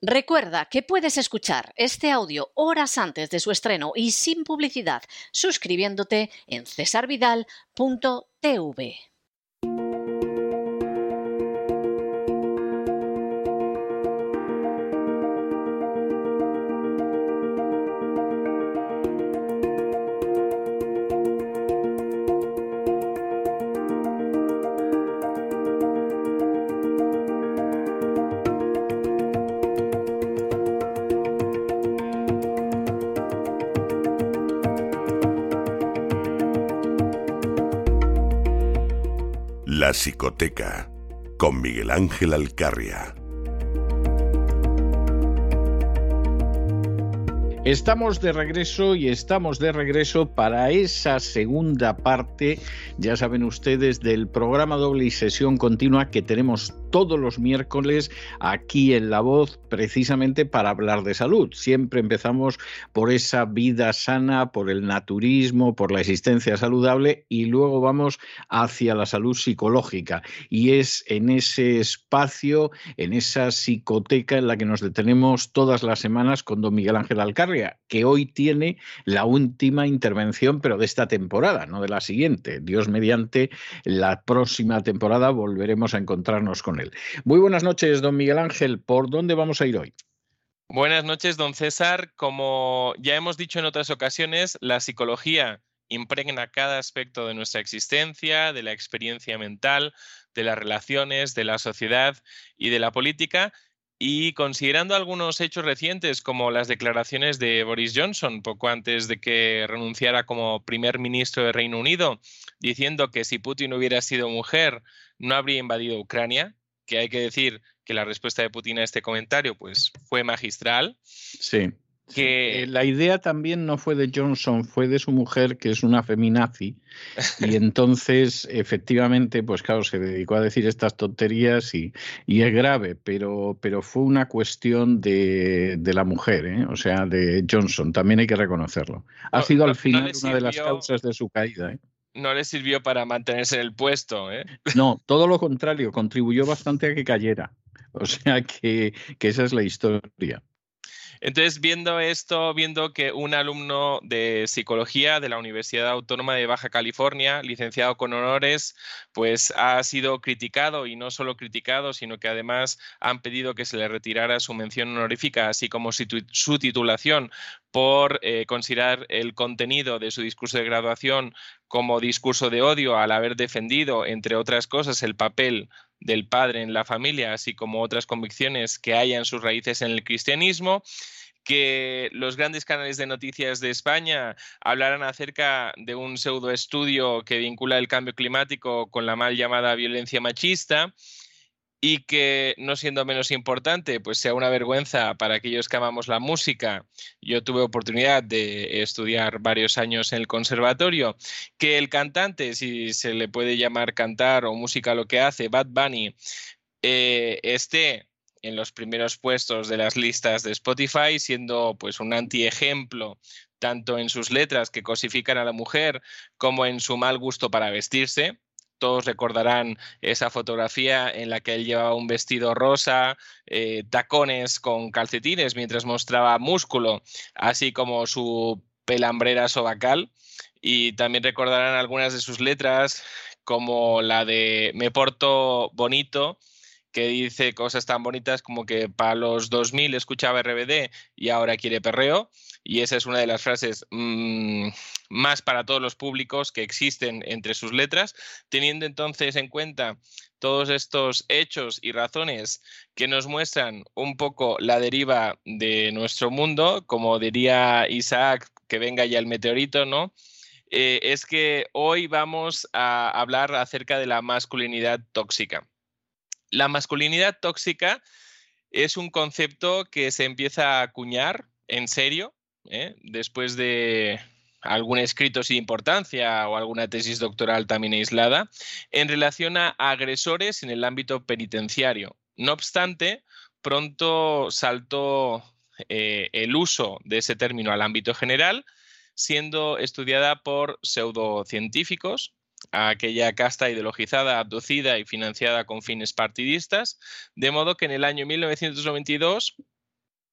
Recuerda que puedes escuchar este audio horas antes de su estreno y sin publicidad suscribiéndote en cesarvidal.tv. La Psicoteca, con Miguel Ángel Alcarria. Estamos de regreso para esa segunda parte, ya saben ustedes, del programa doble y sesión continua que tenemos todos los miércoles aquí en La Voz, precisamente para hablar de salud. Siempre empezamos por esa vida sana, por el naturismo, por la existencia saludable y luego vamos hacia la salud psicológica. Y es en ese espacio, en esa psicoteca en la que nos detenemos todas las semanas con don Miguel Ángel Alcarria, que hoy tiene la última intervención, pero de esta temporada, no de la siguiente. Dios mediante, la próxima temporada volveremos a encontrarnos con él. Muy buenas noches, don Miguel Ángel. ¿Por dónde vamos a ir hoy? Buenas noches, don César. Como ya hemos dicho en otras ocasiones, la psicología impregna cada aspecto de nuestra existencia, de la experiencia mental, de las relaciones, de la sociedad y de la política. Y considerando algunos hechos recientes, como las declaraciones de Boris Johnson poco antes de que renunciara como primer ministro de Reino Unido, diciendo que si Putin hubiera sido mujer no habría invadido Ucrania, que hay que decir que la respuesta de Putin a este comentario pues, fue magistral. Sí. La idea también no fue de Johnson, fue de su mujer, que es una feminazi, y entonces efectivamente, pues claro, se dedicó a decir estas tonterías y es grave, pero fue una cuestión de la mujer, ¿eh? O sea, de Johnson, también hay que reconocerlo. Ha sido al final una de las causas de su caída, ¿eh? No le sirvió para mantenerse en el puesto, ¿eh? No, todo lo contrario, contribuyó bastante a que cayera. O sea que esa es la historia. Entonces, viendo esto, viendo que un alumno de psicología de la Universidad Autónoma de Baja California, licenciado con honores, pues ha sido criticado, y no solo criticado, sino que además han pedido que se le retirara su mención honorífica, así como su titulación, por considerar el contenido de su discurso de graduación como discurso de odio, al haber defendido, entre otras cosas, el papel del padre en la familia, así como otras convicciones que hayan sus raíces en el cristianismo, que los grandes canales de noticias de España hablaran acerca de un pseudoestudio que vincula el cambio climático con la mal llamada violencia machista, y que, no siendo menos importante, pues sea una vergüenza para aquellos que amamos la música. Yo tuve oportunidad de estudiar varios años en el conservatorio, que el cantante, si se le puede llamar cantar o música lo que hace, Bad Bunny, esté en los primeros puestos de las listas de Spotify, siendo pues un antiejemplo tanto en sus letras que cosifican a la mujer como en su mal gusto para vestirse. Todos recordarán esa fotografía en la que él llevaba un vestido rosa, tacones con calcetines mientras mostraba músculo, así como su pelambrera sobacal. Y también recordarán algunas de sus letras, como la de Me porto bonito, que dice cosas tan bonitas como que para los 2000 escuchaba RBD y ahora quiere perreo. Y esa es una de las frases más para todos los públicos que existen entre sus letras, teniendo entonces en cuenta todos estos hechos y razones que nos muestran un poco la deriva de nuestro mundo, como diría Isaac, que venga ya el meteorito, ¿no? Es que hoy vamos a hablar acerca de la masculinidad tóxica. La masculinidad tóxica es un concepto que se empieza a acuñar en serio, después de algún escrito sin importancia o alguna tesis doctoral también aislada, en relación a agresores en el ámbito penitenciario. No obstante, pronto saltó el uso de ese término al ámbito general, siendo estudiada por pseudocientíficos, a aquella casta ideologizada, abducida y financiada con fines partidistas, de modo que en el año 1992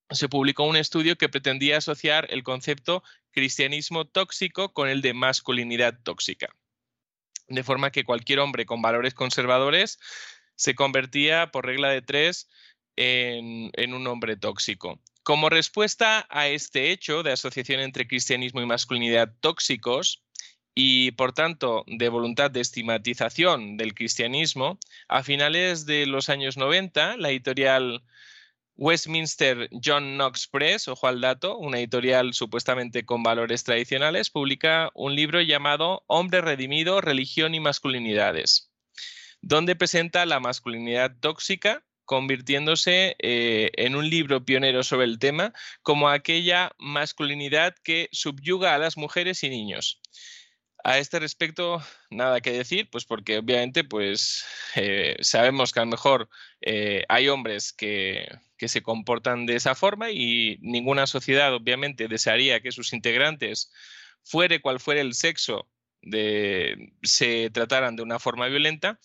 se publicó un estudio que pretendía asociar el concepto cristianismo tóxico con el de masculinidad tóxica. De forma que cualquier hombre con valores conservadores se convertía, por regla de 3, en un hombre tóxico. Como respuesta a este hecho de asociación entre cristianismo y masculinidad tóxicos, y por tanto de voluntad de estigmatización del cristianismo, a finales de los años 90, la editorial Westminster John Knox Press, ojo al dato, una editorial supuestamente con valores tradicionales, publica un libro llamado Hombre redimido, religión y masculinidades, donde presenta la masculinidad tóxica, convirtiéndose en un libro pionero sobre el tema como aquella masculinidad que subyuga a las mujeres y niños. A este respecto, nada que decir, pues porque obviamente sabemos que a lo mejor hay hombres que se comportan de esa forma y ninguna sociedad obviamente desearía que sus integrantes, fuere cual fuere el sexo, se trataran de una forma violenta.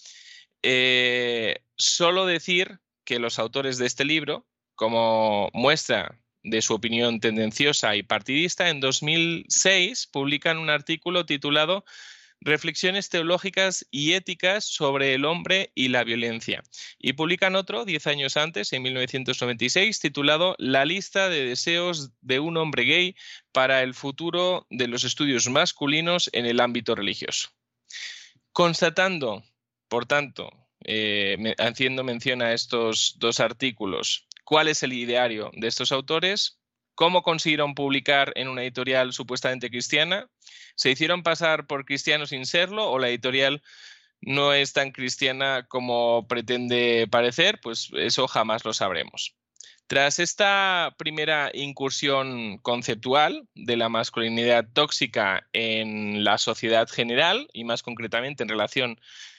Solo decir que los autores de este libro, como muestra de su opinión tendenciosa y partidista, en 2006 publican un artículo titulado Reflexiones teológicas y éticas sobre el hombre y la violencia. Y publican otro 10 años antes, en 1996, titulado La lista de deseos de un hombre gay para el futuro de los estudios masculinos en el ámbito religioso. Constatando, por tanto, haciendo mención a estos dos artículos, ¿cuál es el ideario de estos autores? ¿Cómo consiguieron publicar en una editorial supuestamente cristiana? ¿Se hicieron pasar por cristianos sin serlo o la editorial no es tan cristiana como pretende parecer? Pues eso jamás lo sabremos. Tras esta primera incursión conceptual de la masculinidad tóxica en la sociedad general y más concretamente en relación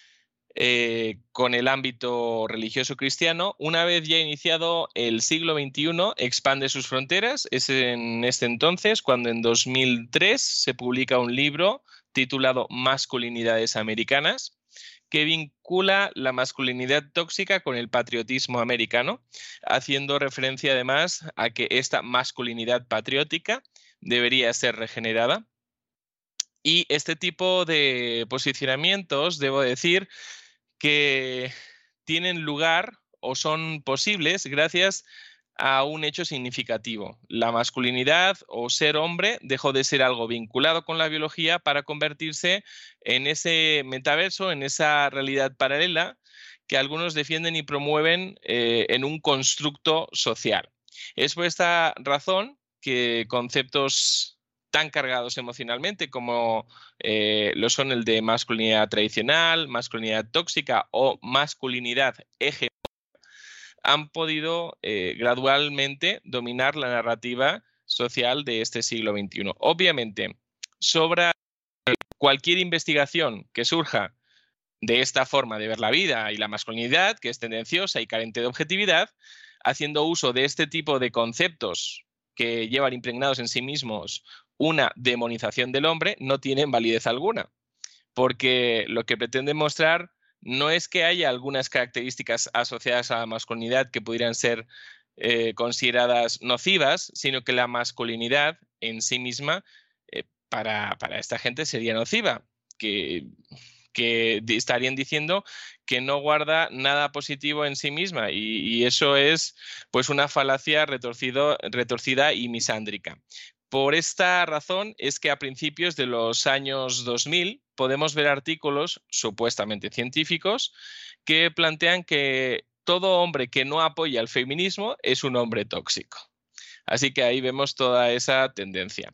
con el ámbito religioso cristiano, una vez ya iniciado el siglo XXI, expande sus fronteras. Es en este entonces cuando en 2003 se publica un libro titulado Masculinidades Americanas, que vincula la masculinidad tóxica con el patriotismo americano, haciendo referencia además a que esta masculinidad patriótica debería ser regenerada. Y este tipo de posicionamientos, debo decir, que tienen lugar o son posibles gracias a un hecho significativo. La masculinidad o ser hombre dejó de ser algo vinculado con la biología para convertirse en ese metaverso, en esa realidad paralela que algunos defienden y promueven en un constructo social. Es por esta razón que conceptos tan cargados emocionalmente como lo son el de masculinidad tradicional, masculinidad tóxica o masculinidad hegemónica, han podido gradualmente dominar la narrativa social de este siglo XXI. Obviamente, sobra cualquier investigación que surja de esta forma de ver la vida y la masculinidad, que es tendenciosa y carente de objetividad, haciendo uso de este tipo de conceptos que llevan impregnados en sí mismos una demonización del hombre, no tienen validez alguna, porque lo que pretende mostrar no es que haya algunas características asociadas a la masculinidad que pudieran ser consideradas nocivas, sino que la masculinidad en sí misma para esta gente sería nociva, que estarían diciendo que no guarda nada positivo en sí misma y eso es pues una falacia retorcida y misándrica. Por esta razón es que a principios de los años 2000 podemos ver artículos supuestamente científicos que plantean que todo hombre que no apoya el feminismo es un hombre tóxico. Así que ahí vemos toda esa tendencia.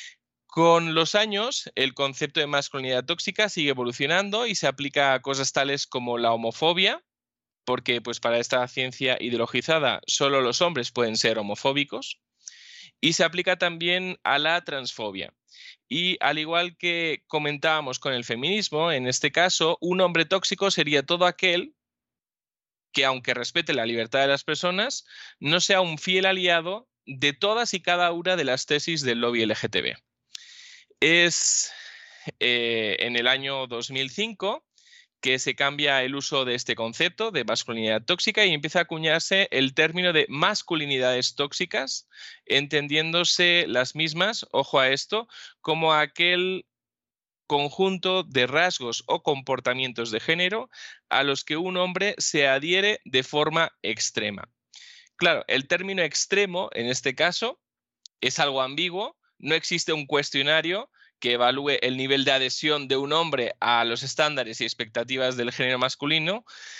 Con los años, el concepto de masculinidad tóxica sigue evolucionando y se aplica a cosas tales como la homofobia, porque pues, para esta ciencia ideologizada solo los hombres pueden ser homofóbicos, y se aplica también a la transfobia. Y al igual que comentábamos con el feminismo, en este caso, un hombre tóxico sería todo aquel que, aunque respete la libertad de las personas, no sea un fiel aliado de todas y cada una de las tesis del lobby LGTB. Es en el año 2005 que se cambia el uso de este concepto de masculinidad tóxica y empieza a acuñarse el término de masculinidades tóxicas, entendiéndose las mismas, ojo a esto, como aquel conjunto de rasgos o comportamientos de género a los que un hombre se adhiere de forma extrema. Claro, el término extremo en este caso es algo ambiguo, no existe un cuestionario que evalúe el nivel de adhesión de un hombre a los estándares y expectativas del género masculino,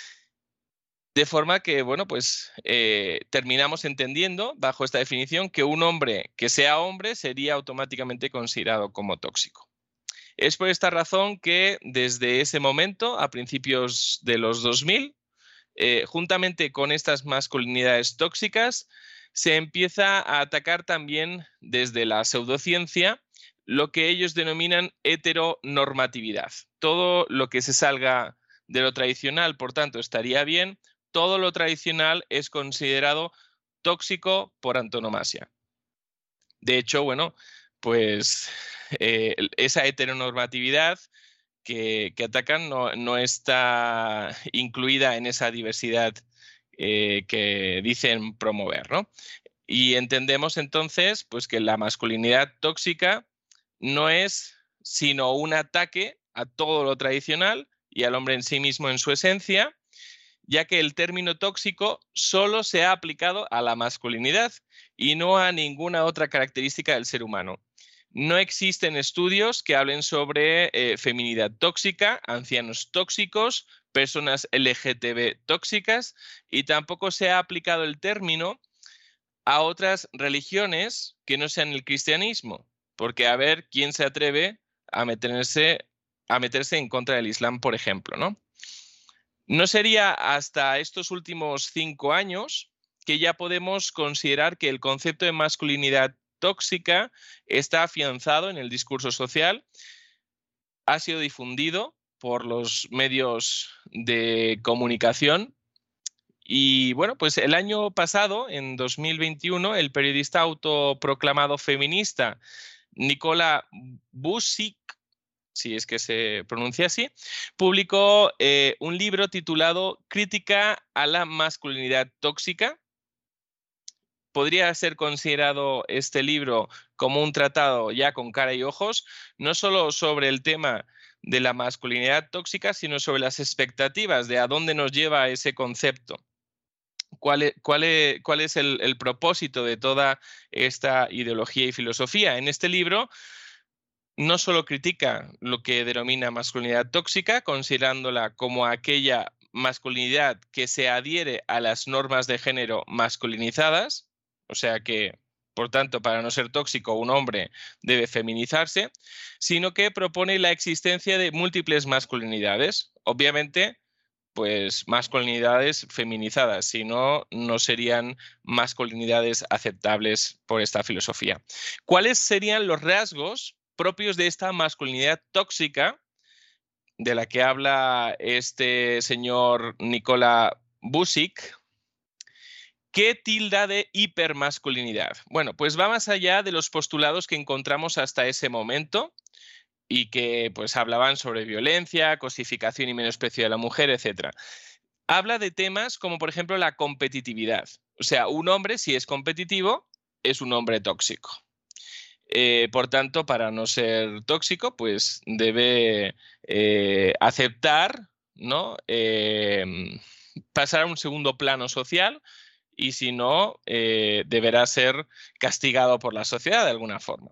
de forma que, bueno, pues terminamos entendiendo, bajo esta definición, que un hombre que sea hombre sería automáticamente considerado como tóxico. Es por esta razón que desde ese momento, a principios de los 2000, juntamente con estas masculinidades tóxicas, se empieza a atacar también desde la pseudociencia lo que ellos denominan heteronormatividad. Todo lo que se salga de lo tradicional, por tanto, estaría bien. Todo lo tradicional es considerado tóxico por antonomasia. De hecho, bueno, pues esa heteronormatividad que atacan no está incluida en esa diversidad que dicen promover, ¿no? Y entendemos entonces pues, que la masculinidad tóxica no es sino un ataque a todo lo tradicional y al hombre en sí mismo en su esencia, ya que el término tóxico solo se ha aplicado a la masculinidad y no a ninguna otra característica del ser humano. No existen estudios que hablen sobre feminidad tóxica, ancianos tóxicos, personas LGTB tóxicas, y tampoco se ha aplicado el término a otras religiones que no sean el cristianismo, porque a ver quién se atreve a meterse en contra del Islam, por ejemplo, ¿no? No sería hasta estos últimos 5 años que ya podemos considerar que el concepto de masculinidad tóxica está afianzado en el discurso social, ha sido difundido por los medios de comunicación y bueno, pues el año pasado, en 2021, el periodista autoproclamado feminista Nicola Busic, si es que se pronuncia así, publicó un libro titulado Crítica a la masculinidad tóxica. Podría ser considerado este libro como un tratado ya con cara y ojos, no solo sobre el tema de la masculinidad tóxica, sino sobre las expectativas de a dónde nos lleva ese concepto. ¿Cuál es el propósito de toda esta ideología y filosofía? En este libro no solo critica lo que denomina masculinidad tóxica, considerándola como aquella masculinidad que se adhiere a las normas de género masculinizadas, o sea que, por tanto, para no ser tóxico, un hombre debe feminizarse, sino que propone la existencia de múltiples masculinidades. Obviamente, pues masculinidades feminizadas, si no, no serían masculinidades aceptables por esta filosofía. ¿Cuáles serían los rasgos propios de esta masculinidad tóxica de la que habla este señor Nicola Busic? ¿Qué tilda de hipermasculinidad? Bueno, pues va más allá de los postulados que encontramos hasta ese momento y que pues hablaban sobre violencia, cosificación y menosprecio de la mujer, etc. Habla de temas como, por ejemplo, la competitividad. O sea, un hombre, si es competitivo, es un hombre tóxico. Por tanto, para no ser tóxico, pues debe aceptar, ¿no? Pasar a un segundo plano social y si no, deberá ser castigado por la sociedad de alguna forma.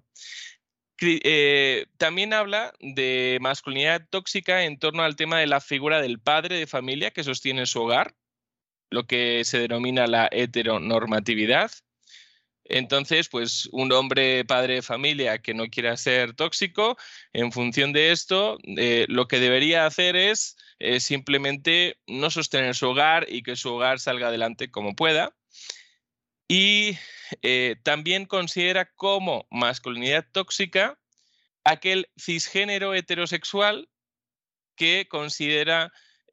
También habla de masculinidad tóxica en torno al tema de la figura del padre de familia que sostiene su hogar, lo que se denomina la heteronormatividad. Entonces, pues un hombre padre de familia que no quiera ser tóxico, en función de esto, lo que debería hacer es simplemente no sostener su hogar y que su hogar salga adelante como pueda. Y también considera como masculinidad tóxica aquel cisgénero heterosexual que considera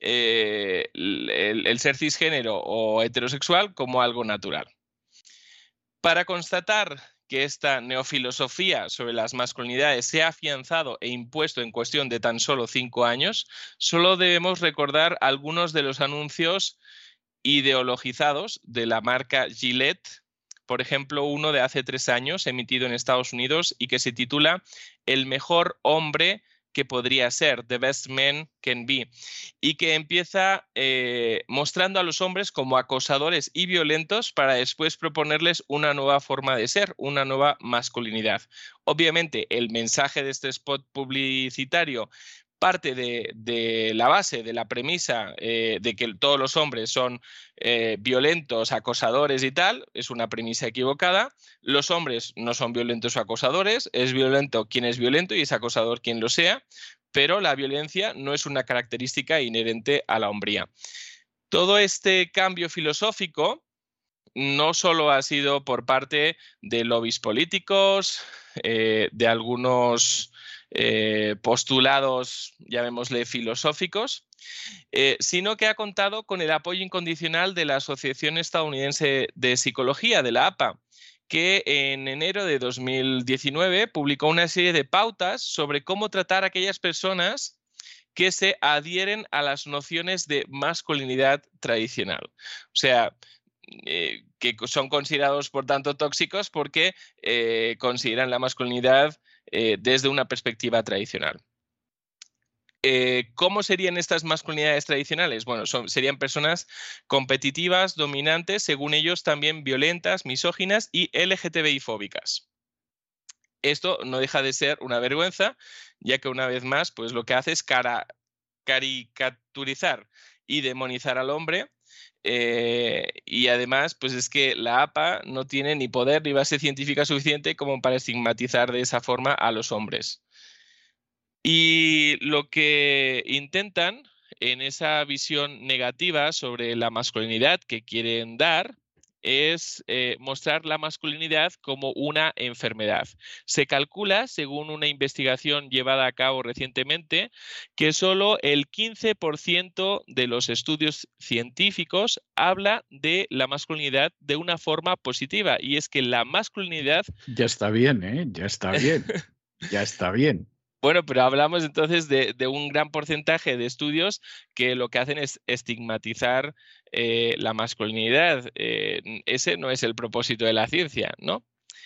el ser cisgénero o heterosexual como algo natural. Para constatar que esta neofilosofía sobre las masculinidades se ha afianzado e impuesto en cuestión de tan solo 5 años, solo debemos recordar algunos de los anuncios ideologizados de la marca Gillette. Por ejemplo, uno de hace 3 años, emitido en Estados Unidos y que se titula El mejor hombre que podría ser, The Best Man Can Be, y que empieza mostrando a los hombres como acosadores y violentos para después proponerles una nueva forma de ser, una nueva masculinidad. Obviamente, el mensaje de este spot publicitario parte de la base, de la premisa de que todos los hombres son violentos, acosadores y tal. Es una premisa equivocada. Los hombres no son violentos o acosadores. Es violento quien es violento y es acosador quien lo sea. Pero la violencia no es una característica inherente a la hombría. Todo este cambio filosófico no solo ha sido por parte de lobbies políticos, de algunos postulados, llamémosle filosóficos, sino que ha contado con el apoyo incondicional de la Asociación Estadounidense de Psicología, de la APA, que en enero de 2019 publicó una serie de pautas sobre cómo tratar a aquellas personas que se adhieren a las nociones de masculinidad tradicional. O sea, que son considerados, por tanto, tóxicos porque consideran la masculinidad desde una perspectiva tradicional. ¿Cómo serían estas masculinidades tradicionales? Bueno, serían personas competitivas, dominantes, según ellos también violentas, misóginas y LGTBI-fóbicas. Esto no deja de ser una vergüenza, ya que una vez más, pues lo que hace es caricaturizar y demonizar al hombre. Y además, pues es que la APA no tiene ni poder ni base científica suficiente como para estigmatizar de esa forma a los hombres. Y lo que intentan en esa visión negativa sobre la masculinidad que quieren dar es mostrar la masculinidad como una enfermedad. Se calcula, según una investigación llevada a cabo recientemente, que solo el 15% de los estudios científicos habla de la masculinidad de una forma positiva. Y es que la masculinidad... Ya está bien, ¿eh? Ya está bien. Ya está bien. Bueno, pero hablamos entonces de un gran porcentaje de estudios que lo que hacen es estigmatizar la masculinidad. Ese no es el propósito de la ciencia, ¿no?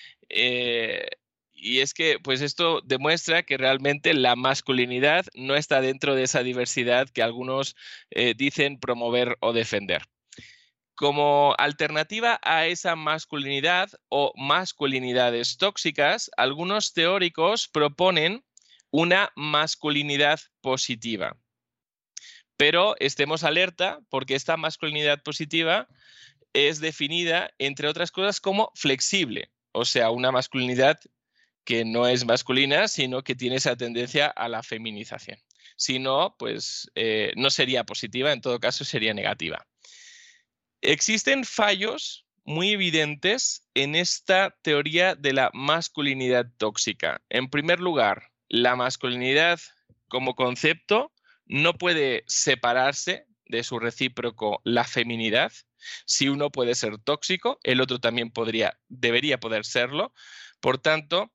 Y es que pues esto demuestra que realmente la masculinidad no está dentro de esa diversidad que algunos dicen promover o defender. Como alternativa a esa masculinidad o masculinidades tóxicas, algunos teóricos proponen una masculinidad positiva. Pero estemos alerta porque esta masculinidad positiva es definida, entre otras cosas, como flexible. O sea, una masculinidad que no es masculina, sino que tiene esa tendencia a la feminización. Si no, pues no sería positiva, en todo caso sería negativa. Existen fallos muy evidentes en esta teoría de la masculinidad tóxica. En primer lugar, la masculinidad como concepto no puede separarse de su recíproco, la feminidad. Si uno puede ser tóxico, el otro también debería poder serlo. Por tanto,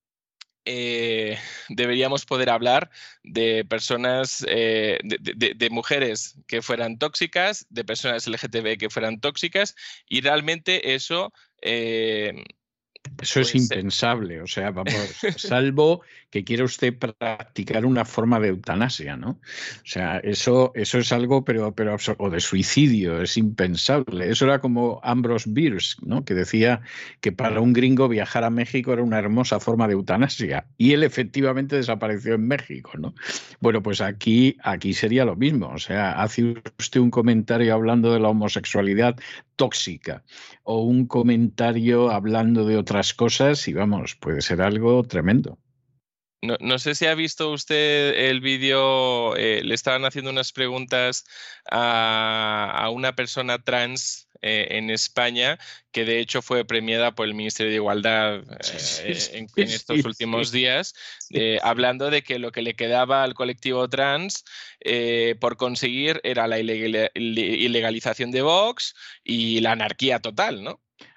deberíamos poder hablar de personas, de mujeres que fueran tóxicas, de personas LGTB que fueran tóxicas, y realmente eso... Eso es impensable, o sea, vamos, salvo que quiera usted practicar una forma de eutanasia, ¿no? O sea, eso es algo, pero o de suicidio, es impensable. Eso era como Ambrose Bierce, ¿no? Que decía que para un gringo viajar a México era una hermosa forma de eutanasia, y él efectivamente desapareció en México, ¿no? Bueno, pues aquí sería lo mismo, o sea, hace usted un comentario hablando de la homosexualidad tóxica o un comentario hablando de otras cosas y vamos, puede ser algo tremendo. No sé si ha visto usted el vídeo, le estaban haciendo unas preguntas a una persona trans en España, que de hecho fue premiada por el Ministerio de Igualdad en estos últimos días, hablando de que lo que le quedaba al colectivo trans por conseguir era la ilegalización de Vox y la anarquía total, ¿no?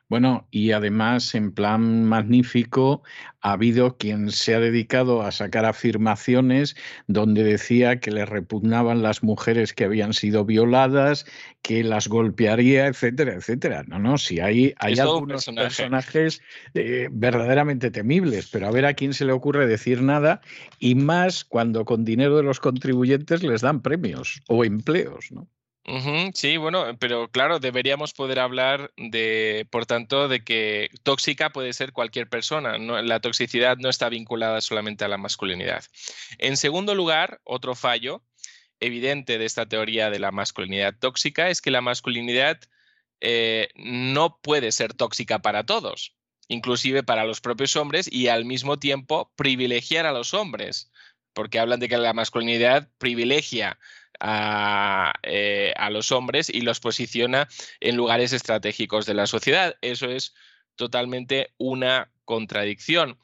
Bueno, y además, en plan magnífico, ha habido quien se ha dedicado a sacar afirmaciones donde decía que le repugnaban las mujeres que habían sido violadas, que las golpearía, etcétera, etcétera. No, no, sí hay Es todo un algunos personaje. personajes verdaderamente temibles, pero a ver a quién se le ocurre decir nada, y más cuando con dinero de los contribuyentes les dan premios o empleos, ¿no? Ujú, sí, bueno, pero claro, deberíamos poder hablar de, por tanto, de que tóxica puede ser cualquier persona. La toxicidad no está vinculada solamente a la masculinidad. En segundo lugar, otro fallo evidente de esta teoría de la masculinidad tóxica es que la masculinidad no puede ser tóxica para todos, inclusive para los propios hombres, y al mismo tiempo privilegiar a los hombres, porque hablan de que la masculinidad privilegia a los hombres y los posiciona en lugares estratégicos de la sociedad. Eso es totalmente una contradicción.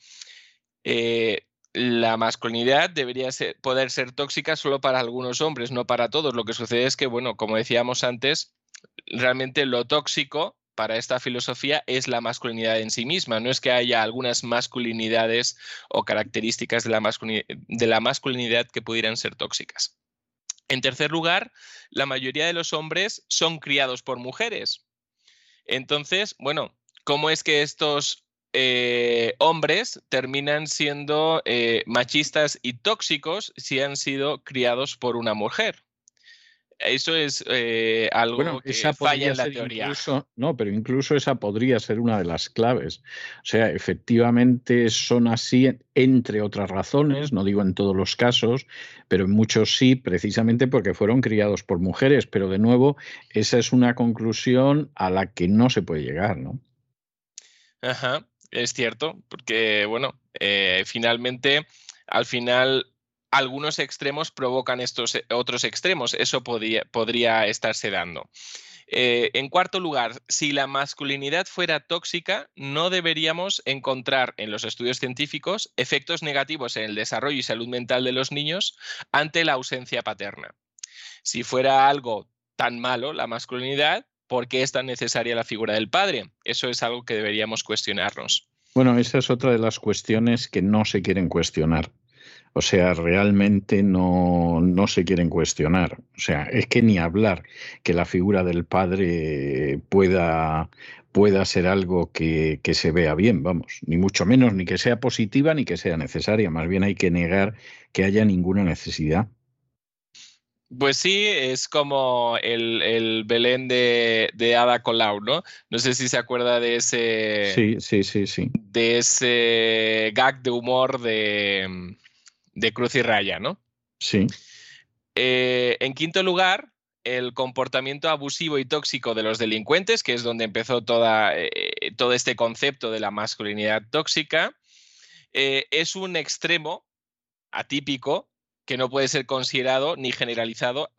La masculinidad debería poder ser tóxica solo para algunos hombres, no para todos. Lo que sucede es que, bueno, como decíamos antes, realmente lo tóxico para esta filosofía es la masculinidad en sí misma. No es que haya algunas masculinidades o características de la masculinidad que pudieran ser tóxicas. En tercer lugar, la mayoría de los hombres son criados por mujeres. Entonces, bueno, ¿cómo es que estos hombres terminan siendo machistas y tóxicos si han sido criados por una mujer? Eso es Bueno, algo que esa falla podría en la ser teoría. incluso, no, pero incluso esa podría ser una de las claves. O sea, efectivamente son así, entre otras razones, no digo en todos los casos, pero en muchos sí, precisamente porque fueron criados por mujeres. Pero de nuevo, esa es una conclusión a la que no se puede llegar, ¿no? Ajá, es cierto, porque, bueno, finalmente, al final, algunos extremos provocan estos otros extremos. Eso podría estarse dando. En cuarto lugar, si la masculinidad fuera tóxica, no deberíamos encontrar en los estudios científicos efectos negativos en el desarrollo y salud mental de los niños ante la ausencia paterna. Si fuera algo tan malo, la masculinidad, ¿por qué es tan necesaria la figura del padre? Eso es algo que deberíamos cuestionarnos. Bueno, esa es otra de las cuestiones que no se quieren cuestionar. O sea, realmente no se quieren cuestionar. O sea, es que ni hablar que la figura del padre pueda ser algo que se vea bien, vamos, ni mucho menos, ni que sea positiva ni que sea necesaria. Más bien hay que negar que haya ninguna necesidad. Pues sí, es como el Belén de Ada Colau, ¿no? No sé si se acuerda Sí, sí, sí, sí. de ese gag de humor de Cruz y Raya, ¿no? Sí. En quinto lugar, el comportamiento abusivo y tóxico de los delincuentes, que es donde empezó todo este concepto de la masculinidad tóxica, es un extremo atípico que no puede ser considerado ni generalizado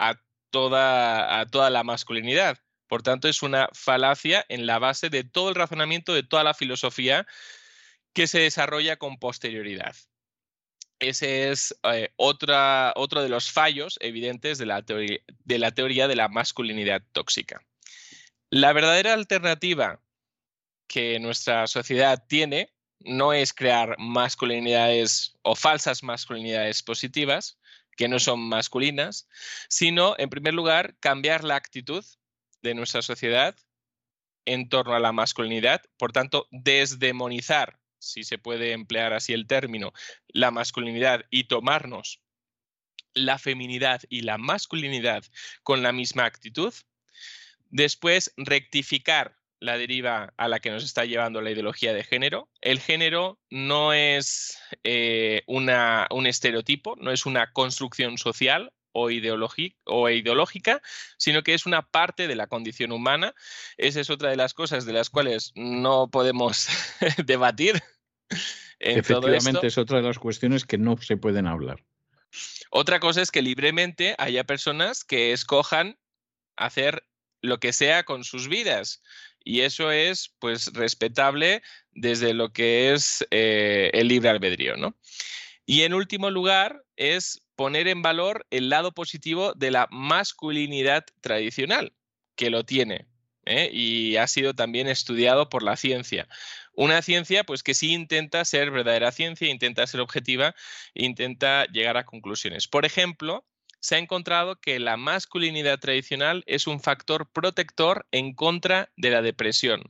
a toda la masculinidad. Por tanto, es una falacia en la base de todo el razonamiento, de toda la filosofía que se desarrolla con posterioridad. Ese es otro de los fallos evidentes de la teoría de la masculinidad tóxica. La verdadera alternativa que nuestra sociedad tiene no es crear masculinidades o falsas masculinidades positivas, que no son masculinas, sino, en primer lugar, cambiar la actitud de nuestra sociedad en torno a la masculinidad, por tanto, desdemonizar, si se puede emplear así el término, la masculinidad y tomarnos la feminidad y la masculinidad con la misma actitud. Después, rectificar la deriva a la que nos está llevando la ideología de género. El género no es un estereotipo, no es una construcción social o ideológica, sino que es una parte de la condición humana. Esa es otra de las cosas de las cuales no podemos debatir en todo Efectivamente, esto. es otra de las cuestiones que no se pueden hablar. Otra cosa es que libremente haya personas que escojan hacer lo que sea con sus vidas. Y eso es, pues, respetable desde lo que es el libre albedrío, ¿no? Y en último lugar, es poner en valor el lado positivo de la masculinidad tradicional, que lo tiene. y ha sido también estudiado por la ciencia. Una ciencia pues que sí intenta ser verdadera ciencia, intenta ser objetiva, intenta llegar a conclusiones. Por ejemplo, se ha encontrado que la masculinidad tradicional es un factor protector en contra de la depresión.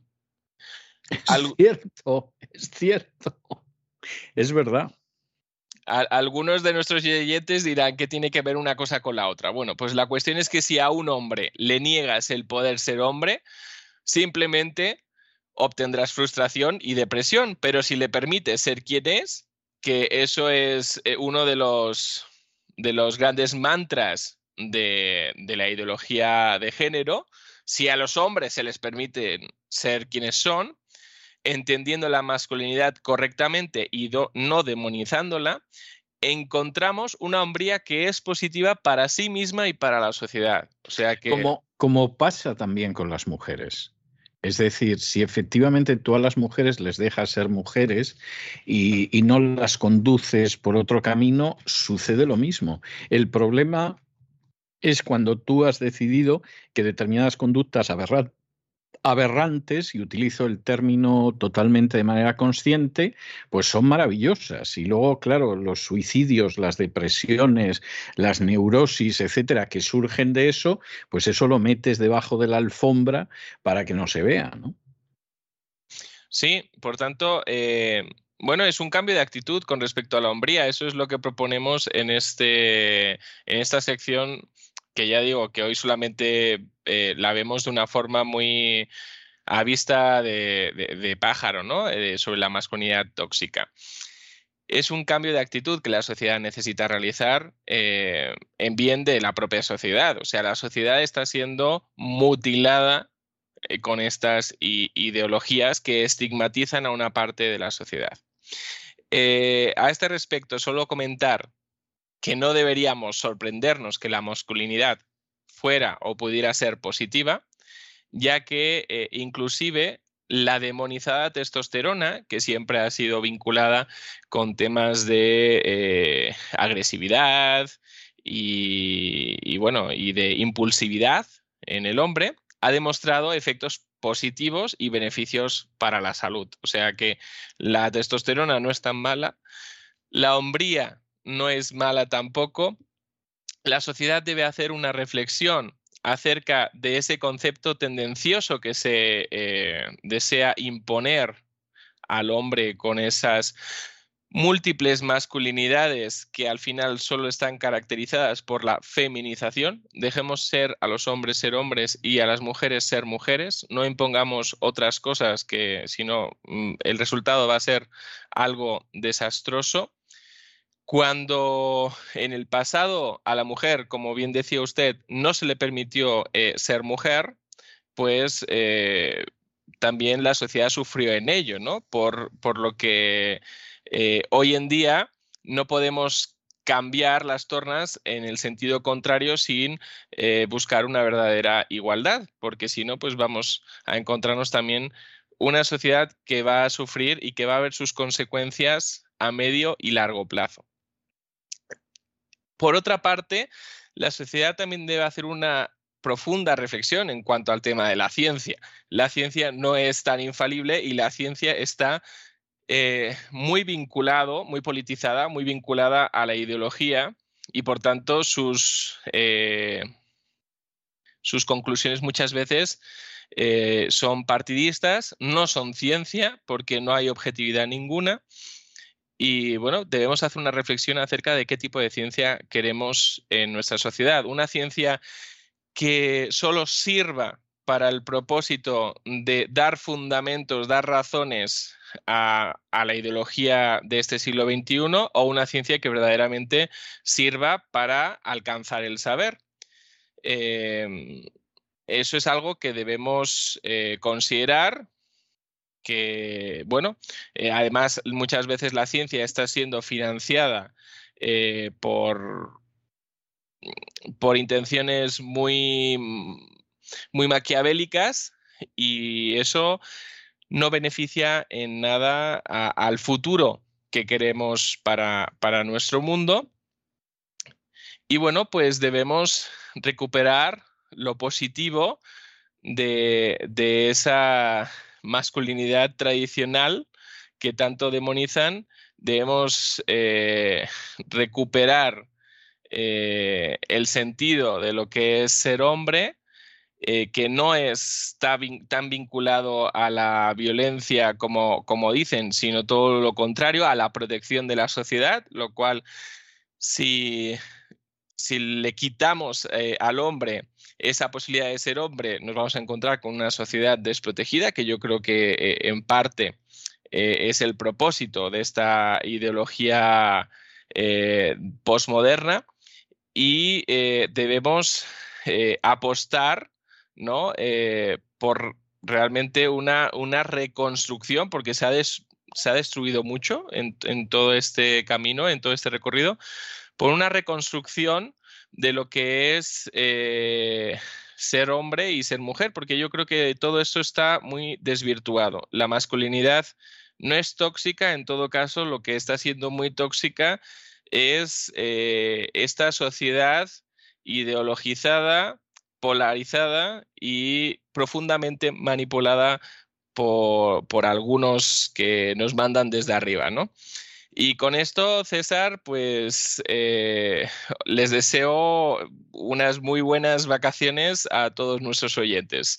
Es cierto, es verdad. Algunos de nuestros oyentes dirán que tiene que ver una cosa con la otra. Bueno, pues la cuestión es que si a un hombre le niegas el poder ser hombre, simplemente obtendrás frustración y depresión, pero si le permites ser quien es, que eso es uno de los grandes mantras de la ideología de género, si a los hombres se les permite ser quienes son, entendiendo la masculinidad correctamente y no demonizándola, encontramos una hombría que es positiva para sí misma y para la sociedad. O sea que... Como pasa también con las mujeres. Es decir, si efectivamente tú a las mujeres les dejas ser mujeres y no las conduces por otro camino, sucede lo mismo. El problema es cuando tú has decidido que determinadas conductas aberrantes, y utilizo el término totalmente de manera consciente, pues son maravillosas. Y luego, claro, los suicidios, las depresiones, las neurosis, etcétera, que surgen de eso, pues eso lo metes debajo de la alfombra para que no se vea, ¿no? Sí, por tanto, bueno, es un cambio de actitud con respecto a la hombría. Eso es lo que proponemos en esta sección, que ya digo que hoy solamente la vemos de una forma muy a vista de pájaro, ¿no? Sobre la masculinidad tóxica. Es un cambio de actitud que la sociedad necesita realizar en bien de la propia sociedad. O sea, la sociedad está siendo mutilada con estas ideologías que estigmatizan a una parte de la sociedad. A este respecto, solo comentar que no deberíamos sorprendernos que la masculinidad fuera o pudiera ser positiva, ya que inclusive la demonizada testosterona, que siempre ha sido vinculada con temas de agresividad y de impulsividad en el hombre, ha demostrado efectos positivos y beneficios para la salud. O sea que la testosterona no es tan mala, la hombría no es mala tampoco. La sociedad debe hacer una reflexión acerca de ese concepto tendencioso que se desea imponer al hombre con esas múltiples masculinidades que al final solo están caracterizadas por la feminización. Dejemos ser a los hombres ser hombres y a las mujeres ser mujeres. No impongamos otras cosas que, si no, el resultado va a ser algo desastroso. Cuando en el pasado a la mujer, como bien decía usted, no se le permitió ser mujer, pues también la sociedad sufrió en ello, ¿no? Por lo que hoy en día no podemos cambiar las tornas en el sentido contrario sin buscar una verdadera igualdad, porque si no, pues vamos a encontrarnos también una sociedad que va a sufrir y que va a ver sus consecuencias a medio y largo plazo. Por otra parte, la sociedad también debe hacer una profunda reflexión en cuanto al tema de la ciencia. La ciencia no es tan infalible y la ciencia está muy politizada, muy vinculada a la ideología y por tanto sus conclusiones muchas veces son partidistas, no son ciencia porque no hay objetividad ninguna. Y bueno, debemos hacer una reflexión acerca de qué tipo de ciencia queremos en nuestra sociedad. Una ciencia que solo sirva para el propósito de dar fundamentos, dar razones a la ideología de este siglo XXI, o una ciencia que verdaderamente sirva para alcanzar el saber. Eso es algo que debemos considerar. Que, bueno, además muchas veces la ciencia está siendo financiada por intenciones muy maquiavélicas y eso no beneficia en nada al futuro que queremos para nuestro mundo. Y bueno, pues debemos recuperar lo positivo de esa masculinidad tradicional que tanto demonizan. Debemos recuperar el sentido de lo que es ser hombre, que no está tan vinculado a la violencia como dicen, sino todo lo contrario, a la protección de la sociedad, lo cual si le quitamos al hombre esa posibilidad de ser hombre, nos vamos a encontrar con una sociedad desprotegida, que yo creo que en parte es el propósito de esta ideología posmoderna, y debemos apostar, ¿no? Por realmente una reconstrucción, porque se ha destruido mucho en todo este camino, en todo este recorrido, por una reconstrucción de lo que es ser hombre y ser mujer, porque yo creo que todo esto está muy desvirtuado. La masculinidad no es tóxica, en todo caso, lo que está siendo muy tóxica es esta sociedad ideologizada, polarizada y profundamente manipulada por algunos que nos mandan desde arriba, ¿no? Y con esto, César, pues les deseo unas muy buenas vacaciones a todos nuestros oyentes.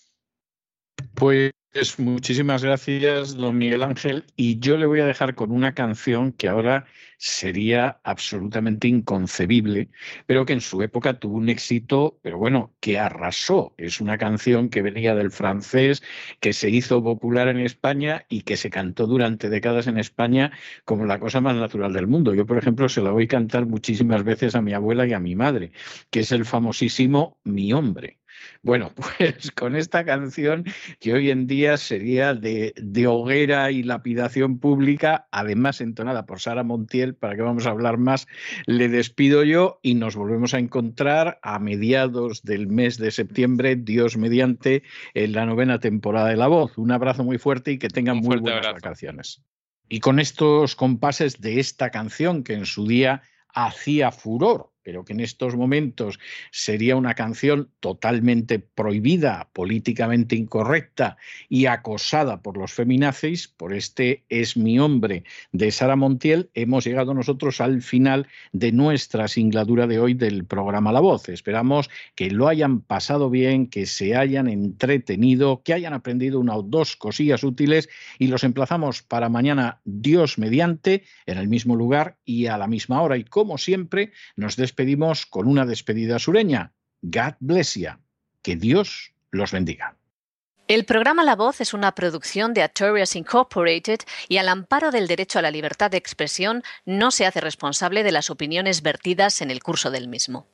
Pues muchísimas gracias, don Miguel Ángel. Y yo le voy a dejar con una canción que ahora sería absolutamente inconcebible, pero que en su época tuvo un éxito, pero bueno, que arrasó. Es una canción que venía del francés, que se hizo popular en España y que se cantó durante décadas en España como la cosa más natural del mundo. Yo, por ejemplo, se la voy a cantar muchísimas veces a mi abuela y a mi madre, que es el famosísimo Mi Hombre. Bueno, pues con esta canción, que hoy en día sería de hoguera y lapidación pública, además entonada por Sara Montiel, para que vamos a hablar más, le despido yo y nos volvemos a encontrar a mediados del mes de septiembre, Dios mediante, en la 9ª temporada de La Voz. Un abrazo muy fuerte y que tengan muy buenas vacaciones. Y con estos compases de esta canción que en su día hacía furor, pero que en estos momentos sería una canción totalmente prohibida, políticamente incorrecta y acosada por los feminazis, por este Es mi hombre de Sara Montiel, hemos llegado nosotros al final de nuestra singladura de hoy del programa La Voz. Esperamos que lo hayan pasado bien, que se hayan entretenido, que hayan aprendido una o dos cosillas útiles, y los emplazamos para mañana, Dios mediante, en el mismo lugar y a la misma hora. Y como siempre, nos despedimos con una despedida sureña. God bless you. Que Dios los bendiga. El programa La Voz es una producción de Artorias Incorporated y al amparo del derecho a la libertad de expresión no se hace responsable de las opiniones vertidas en el curso del mismo.